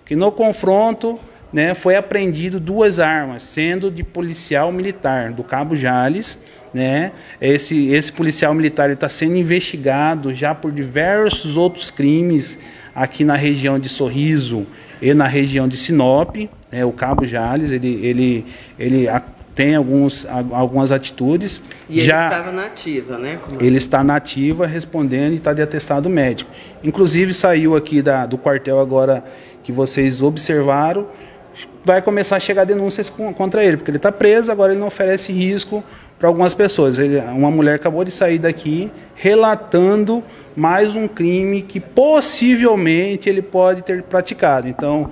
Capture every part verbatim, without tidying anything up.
que no confronto, né, foi apreendido duas armas, sendo de policial militar, do Cabo Jales, né? Esse, esse policial militar está sendo investigado já por diversos outros crimes aqui na região de Sorriso e na região de Sinop, né? O Cabo Jales, ele, ele, ele tem alguns, algumas atitudes. E já, ele estava na ativa, né? Como... Ele está na ativa, respondendo e está de atestado médico. Inclusive saiu aqui da, do quartel agora que vocês observaram, vai começar a chegar denúncias contra ele, porque ele está preso, agora ele não oferece risco para algumas pessoas. Ele, uma mulher acabou de sair daqui relatando mais um crime que possivelmente ele pode ter praticado. Então,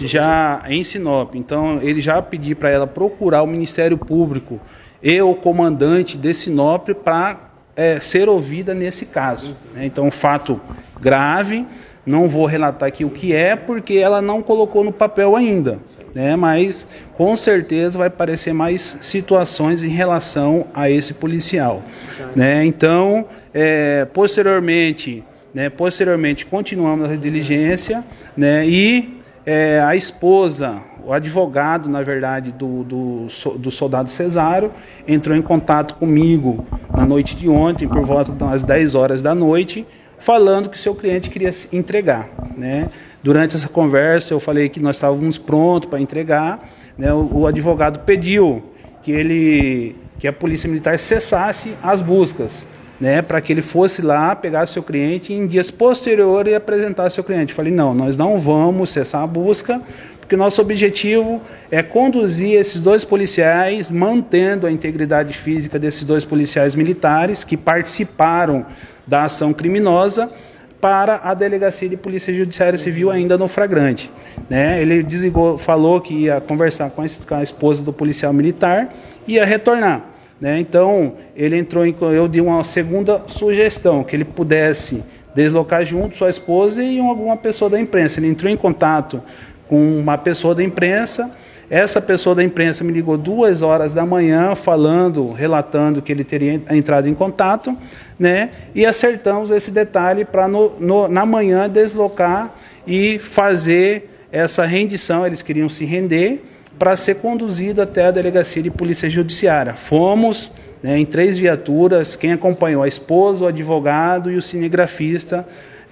já em Sinop. Então, ele já pediu para ela procurar o Ministério Público e o comandante de Sinop para é, ser ouvida nesse caso. Né? Então, um fato grave. Não vou relatar aqui o que é, porque ela não colocou no papel ainda, né? Mas com certeza vai aparecer mais situações em relação a esse policial, né? Então, é, posteriormente, né, posteriormente continuamos a diligência, né? E é, a esposa, o advogado, na verdade, do, do, do soldado Cesário, entrou em contato comigo na noite de ontem, por volta das dez horas da noite, falando que o seu cliente queria se entregar, né? Durante essa conversa eu falei que nós estávamos prontos para entregar, né? o, o advogado pediu que, ele, que a Polícia Militar cessasse as buscas, né? Para que ele fosse lá, pegar seu cliente e em dias posteriores apresentar seu cliente. Eu falei, não, nós não vamos cessar a busca, porque o nosso objetivo é conduzir esses dois policiais, mantendo a integridade física desses dois policiais militares que participaram da ação criminosa para a Delegacia de Polícia Judiciária Civil ainda no flagrante, né? Ele desligou, falou que ia conversar com a, com a esposa do policial militar e ia retornar, né? Então, ele entrou em, eu dei uma segunda sugestão, que ele pudesse deslocar junto sua esposa e alguma pessoa da imprensa. Ele entrou em contato com uma pessoa da imprensa. Essa pessoa da imprensa me ligou duas horas da manhã, falando, relatando que ele teria entrado em contato, né? E acertamos esse detalhe para na manhã deslocar e fazer essa rendição. Eles queriam se render para ser conduzido até a Delegacia de Polícia Judiciária. Fomos, né, em três viaturas, quem acompanhou? A esposa, o advogado e o cinegrafista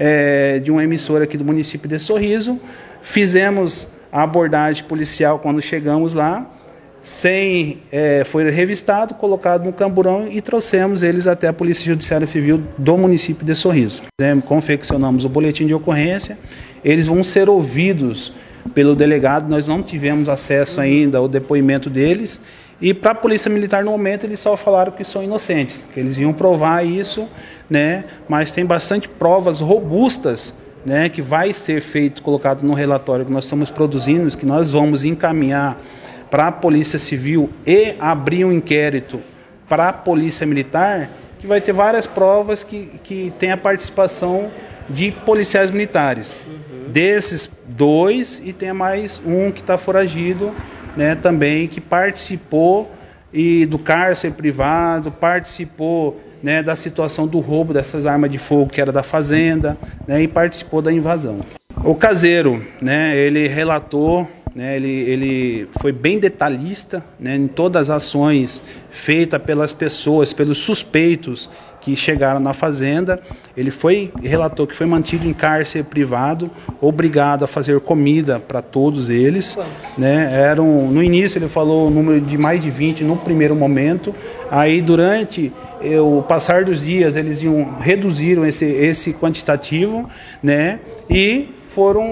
é, de uma emissora aqui do município de Sorriso. Fizemos a abordagem policial quando chegamos lá, sem, é, foi revistado, colocado no camburão e trouxemos eles até a Polícia Judiciária Civil do município de Sorriso. Confeccionamos o boletim de ocorrência, eles vão ser ouvidos pelo delegado, nós não tivemos acesso ainda ao depoimento deles, e para a Polícia Militar no momento eles só falaram que são inocentes, que eles iam provar isso, né? Mas tem bastante provas robustas, né, que vai ser feito, colocado no relatório que nós estamos produzindo, que nós vamos encaminhar para a Polícia Civil e abrir um inquérito para a Polícia Militar, que vai ter várias provas que, que tem a participação de policiais militares. Uhum. Desses dois, e tem mais um que está foragido, né, também, que participou e do cárcere privado, participou, né, da situação do roubo dessas armas de fogo que era da fazenda, né, e participou da invasão. O caseiro, né, ele relatou, né, ele, ele foi bem detalhista, né, em todas as ações feitas pelas pessoas, pelos suspeitos que chegaram na fazenda. Ele foi, relatou que foi mantido em cárcere privado, obrigado a fazer comida para todos eles, né? Eram, no início ele falou o número de mais de vinte no primeiro momento, aí durante o passar dos dias eles iam reduziram esse, esse quantitativo, né? E foram,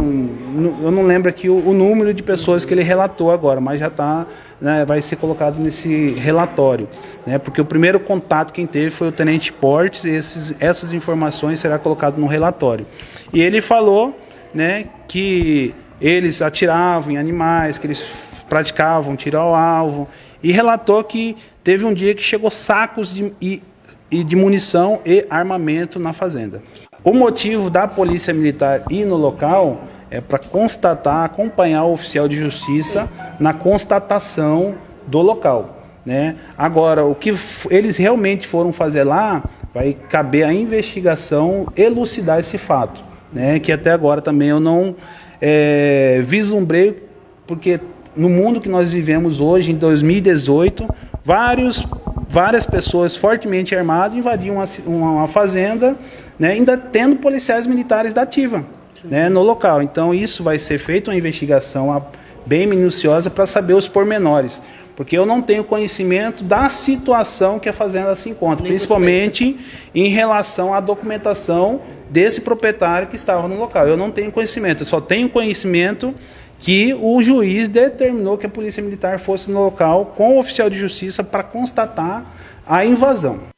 eu não lembro aqui o, o número de pessoas que ele relatou agora, mas já está, né, vai ser colocado nesse relatório, né, porque o primeiro contato quem teve foi o Tenente Portes, e esses, essas informações serão colocadas no relatório. E ele falou, né, que eles atiravam em animais, que eles praticavam tiro ao alvo, e relatou que teve um dia que chegou sacos de, e, e de munição e armamento na fazenda. O motivo da Polícia Militar ir no local é para constatar, acompanhar o oficial de justiça na constatação do local, né? Agora, o que eles realmente foram fazer lá, vai caber a investigação elucidar esse fato, né? Que até agora também eu não, é, vislumbrei, porque no mundo que nós vivemos hoje, em dois mil e dezoito, vários, várias pessoas fortemente armadas invadiam uma, uma fazenda, né, ainda tendo policiais militares da ativa, né, no local. Então isso vai ser feita uma investigação bem minuciosa para saber os pormenores, porque eu não tenho conhecimento da situação que a fazenda se encontra, Nem principalmente em relação à documentação desse proprietário que estava no local. Eu não tenho conhecimento, eu só tenho conhecimento que o juiz determinou que a polícia militar fosse no local com o oficial de justiça para constatar a invasão.